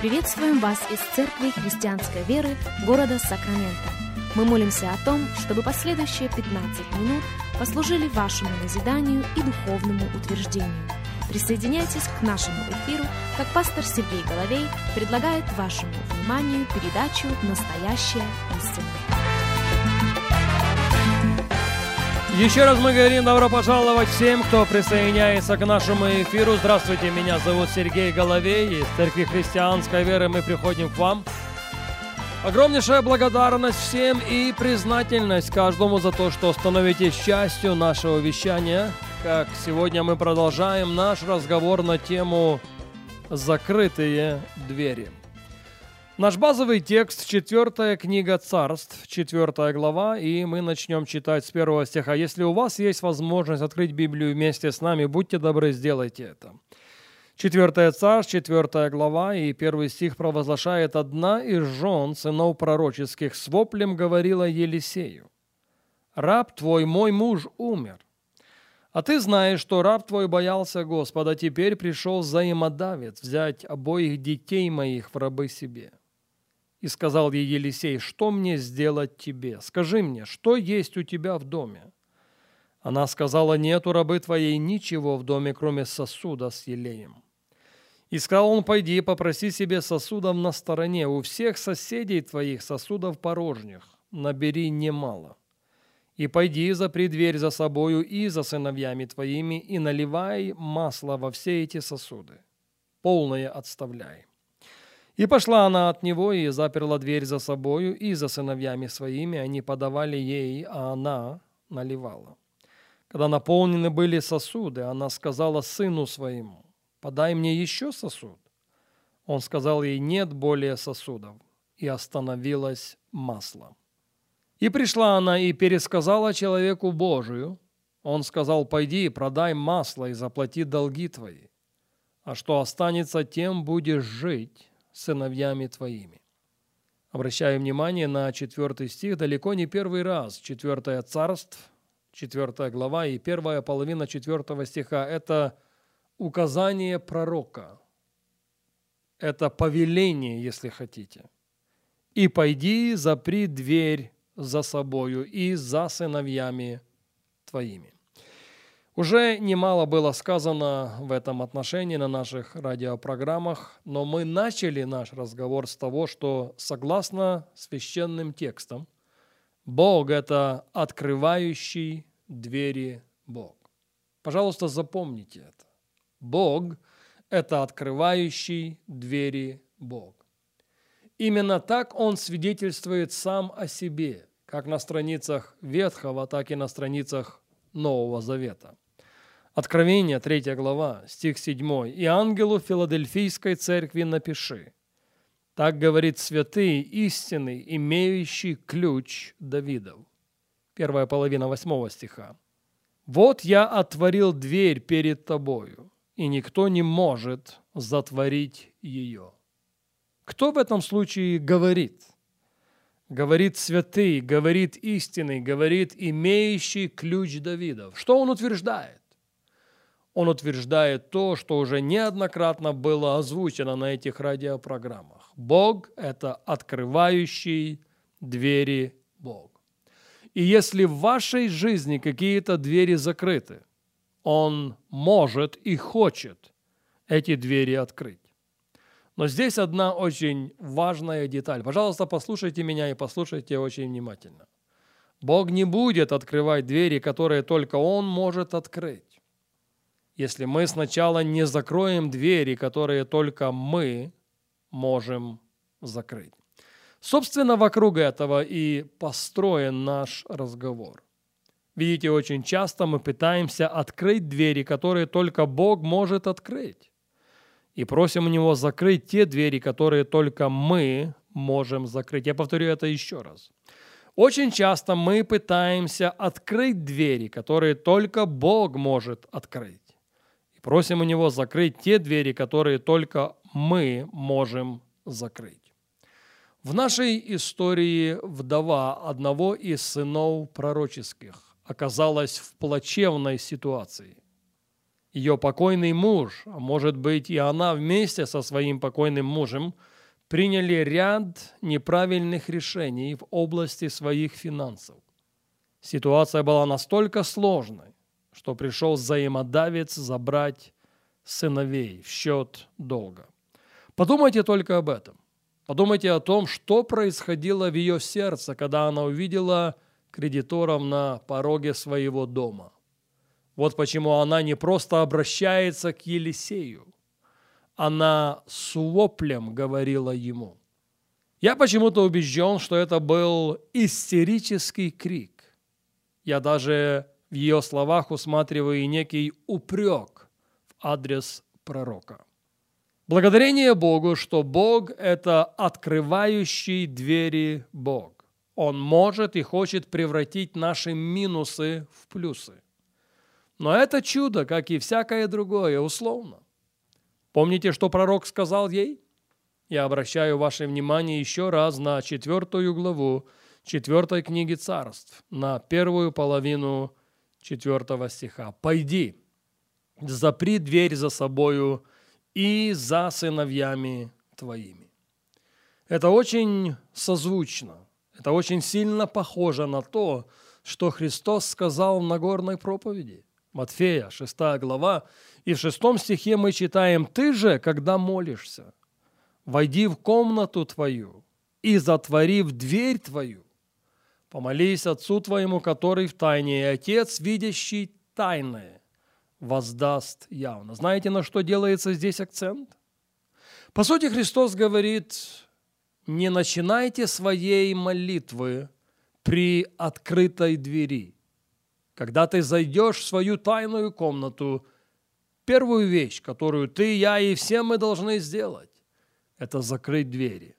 Приветствуем вас из Церкви Христианской Веры города Сакраменто. Мы молимся о том, чтобы последующие 15 минут послужили вашему назиданию и духовному утверждению. Присоединяйтесь к нашему эфиру, как пастор Сергей Головей предлагает вашему вниманию передачу «Настоящая истина». Еще раз мы говорим добро пожаловать всем, кто присоединяется к нашему эфиру. Здравствуйте, меня зовут Сергей Головей. Из Церкви Христианской Веры мы приходим к вам. Огромнейшая благодарность всем и признательность каждому за то, что становитесь частью нашего вещания. Как сегодня мы продолжаем наш разговор на тему «Закрытые двери». Наш базовый текст – 4 книга Царств, 4 глава, и мы начнем читать с 1 стиха. Если у вас есть возможность открыть Библию вместе с нами, будьте добры, сделайте это. 4 Царств, 4 глава, и 1 стих провозглашает: «Одна из жен сынов пророческих с воплем говорила Елисею: „Раб твой, мой муж, умер. А ты знаешь, что раб твой боялся Господа, теперь пришел взаимодавец взять обоих детей моих в рабы себе. И сказал ей Елисей: что мне сделать тебе? Скажи мне, что есть у тебя в доме? Она сказала: нет у рабы твоей ничего в доме, кроме сосуда с елеем. И сказал он: пойди, попроси себе сосудов на стороне, у всех соседей твоих сосудов порожних, набери немало. И пойди, запри дверь за собою и за сыновьями твоими, и наливай масло во все эти сосуды, полное отставляй. И пошла она от него, и заперла дверь за собою и за сыновьями своими, они подавали ей, а она наливала. Когда наполнены были сосуды, она сказала сыну своему: подай мне еще сосуд. Он сказал ей: нет более сосудов, и остановилось масло. И пришла она и пересказала человеку Божию. Он сказал: пойди, продай масло и заплати долги твои, а что останется, тем будешь жить сыновьями твоими». Обращаю внимание на 4 стих, далеко не первый раз. 4 Царств, 4 глава и первая половина 4 стиха – это указание пророка, это повеление, если хотите. «И пойди, запри дверь за собою и за сыновьями твоими». Уже немало было сказано в этом отношении на наших радиопрограммах, но мы начали наш разговор с того, что согласно священным текстам, Бог – это открывающий двери Бог. Пожалуйста, запомните это. Бог – это открывающий двери Бог. Именно так Он свидетельствует сам о себе, как на страницах Ветхого, так и на страницах Нового Завета. Откровение, 3 глава, стих 7. «И ангелу Филадельфийской церкви напиши: так говорит святый, истинный, имеющий ключ Давидов». Первая половина 8 стиха. «Вот я отворил дверь перед тобою, и никто не может затворить ее». Кто в этом случае говорит? Говорит святый, говорит истинный, говорит имеющий ключ Давидов. Что он утверждает? Он утверждает то, что уже неоднократно было озвучено на этих радиопрограммах. Бог – это открывающий двери Бог. И если в вашей жизни какие-то двери закрыты, Он может и хочет эти двери открыть. Но здесь одна очень важная деталь. Пожалуйста, послушайте меня и послушайте очень внимательно. Бог не будет открывать двери, которые только Он может открыть, если мы сначала не закроем двери, которые только мы можем закрыть. Собственно, вокруг этого и построен наш разговор. Видите, очень часто мы пытаемся открыть двери, которые только Бог может открыть, и просим у Него закрыть те двери, которые только мы можем закрыть. Я повторю это еще раз. Очень часто мы пытаемся открыть двери, которые только Бог может открыть, и просим у Него закрыть те двери, которые только мы можем закрыть. В нашей истории вдова одного из сынов пророческих оказалась в плачевной ситуации. Ее покойный муж, а может быть и она вместе со своим покойным мужем, приняли ряд неправильных решений в области своих финансов. Ситуация была настолько сложной, что пришел взаимодавец забрать сыновей в счет долга. Подумайте только об этом. Подумайте о том, что происходило в ее сердце, когда она увидела кредиторов на пороге своего дома. Вот почему она не просто обращается к Елисею. Она с воплем говорила ему. Я почему-то убежден, что это был истерический крик. Я даже в ее словах усматриваю некий упрек в адрес пророка. Благодарение Богу, что Бог – это открывающий двери Бог. Он может и хочет превратить наши минусы в плюсы. Но это чудо, как и всякое другое, условно. Помните, что пророк сказал ей? Я обращаю ваше внимание еще раз на 4 главу 4 книги Царств, на первую половину 4 стиха. «Пойди, запри дверь за собою и за сыновьями твоими». Это очень созвучно, это очень сильно похоже на то, что Христос сказал в Нагорной проповеди. Матфея, 6 глава, и в 6 стихе мы читаем: «Ты же, когда молишься, войди в комнату твою и, затворив дверь твою, помолись Отцу твоему, который в тайне, и Отец, видящий тайное, воздаст явно». Знаете, на что делается здесь акцент? По сути, Христос говорит: не начинайте своей молитвы при открытой двери. Когда ты зайдешь в свою тайную комнату, первую вещь, которую ты, я и все мы должны сделать, это закрыть двери.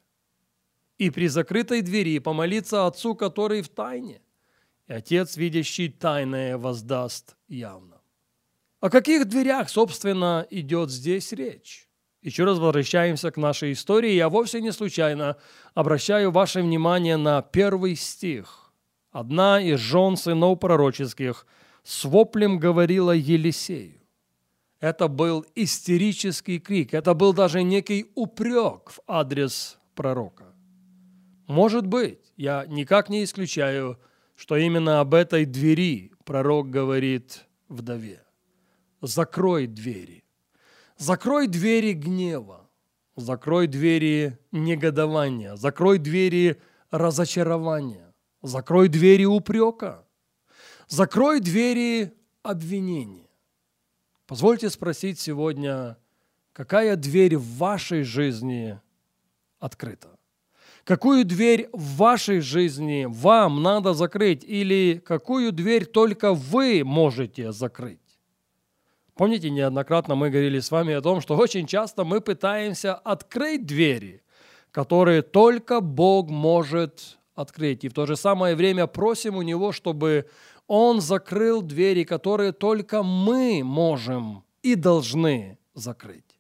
И при закрытой двери помолиться Отцу, который в тайне, и Отец, видящий тайное, воздаст явно. О каких дверях, собственно, идет здесь речь? Еще раз возвращаемся к нашей истории. Я вовсе не случайно обращаю ваше внимание на 1 стих. Одна из жен сынов пророческих с воплем говорила Елисею. Это был истерический крик, это был даже некий упрек в адрес пророка. Может быть, я никак не исключаю, что именно об этой двери пророк говорит вдове. Закрой двери. Закрой двери гнева, закрой двери негодования, закрой двери разочарования. Закрой двери упрека. Закрой двери обвинения. Позвольте спросить сегодня, какая дверь в вашей жизни открыта? Какую дверь в вашей жизни вам надо закрыть или какую дверь только вы можете закрыть? Помните, неоднократно мы говорили с вами о том, что очень часто мы пытаемся открыть двери, которые только Бог может открыть. И в то же самое время просим у Него, чтобы Он закрыл двери, которые только мы можем и должны закрыть.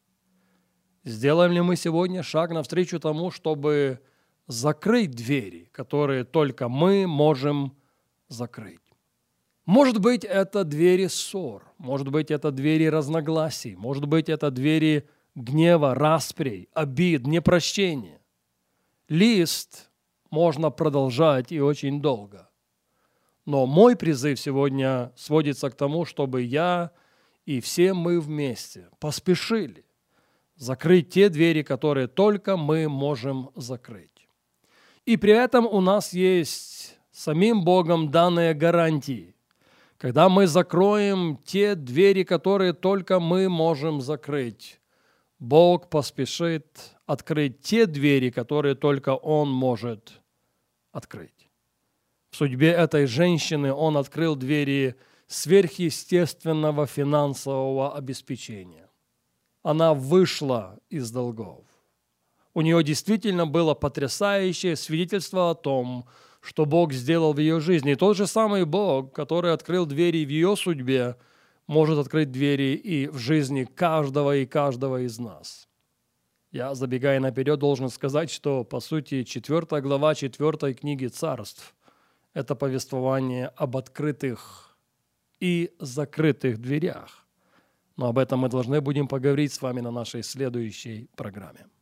Сделаем ли мы сегодня шаг навстречу тому, чтобы закрыть двери, которые только мы можем закрыть? Может быть, это двери ссор, может быть, это двери разногласий, может быть, это двери гнева, распрей, обид, непрощения. Лист можно продолжать и очень долго. Но мой призыв сегодня сводится к тому, чтобы я и все мы вместе поспешили закрыть те двери, которые только мы можем закрыть. И при этом у нас есть самим Богом данные гарантии. Когда мы закроем те двери, которые только мы можем закрыть, Бог поспешит открыть те двери, которые только Он может открыть. В судьбе этой женщины Он открыл двери сверхъестественного финансового обеспечения. Она вышла из долгов. У нее действительно было потрясающее свидетельство о том, что Бог сделал в ее жизни. И тот же самый Бог, который открыл двери в ее судьбе, может открыть двери и в жизни каждого из нас. Я, забегая наперед, должен сказать, что, по сути, 4 глава 4 книги Царств – это повествование об открытых и закрытых дверях. Но об этом мы должны будем поговорить с вами на нашей следующей программе.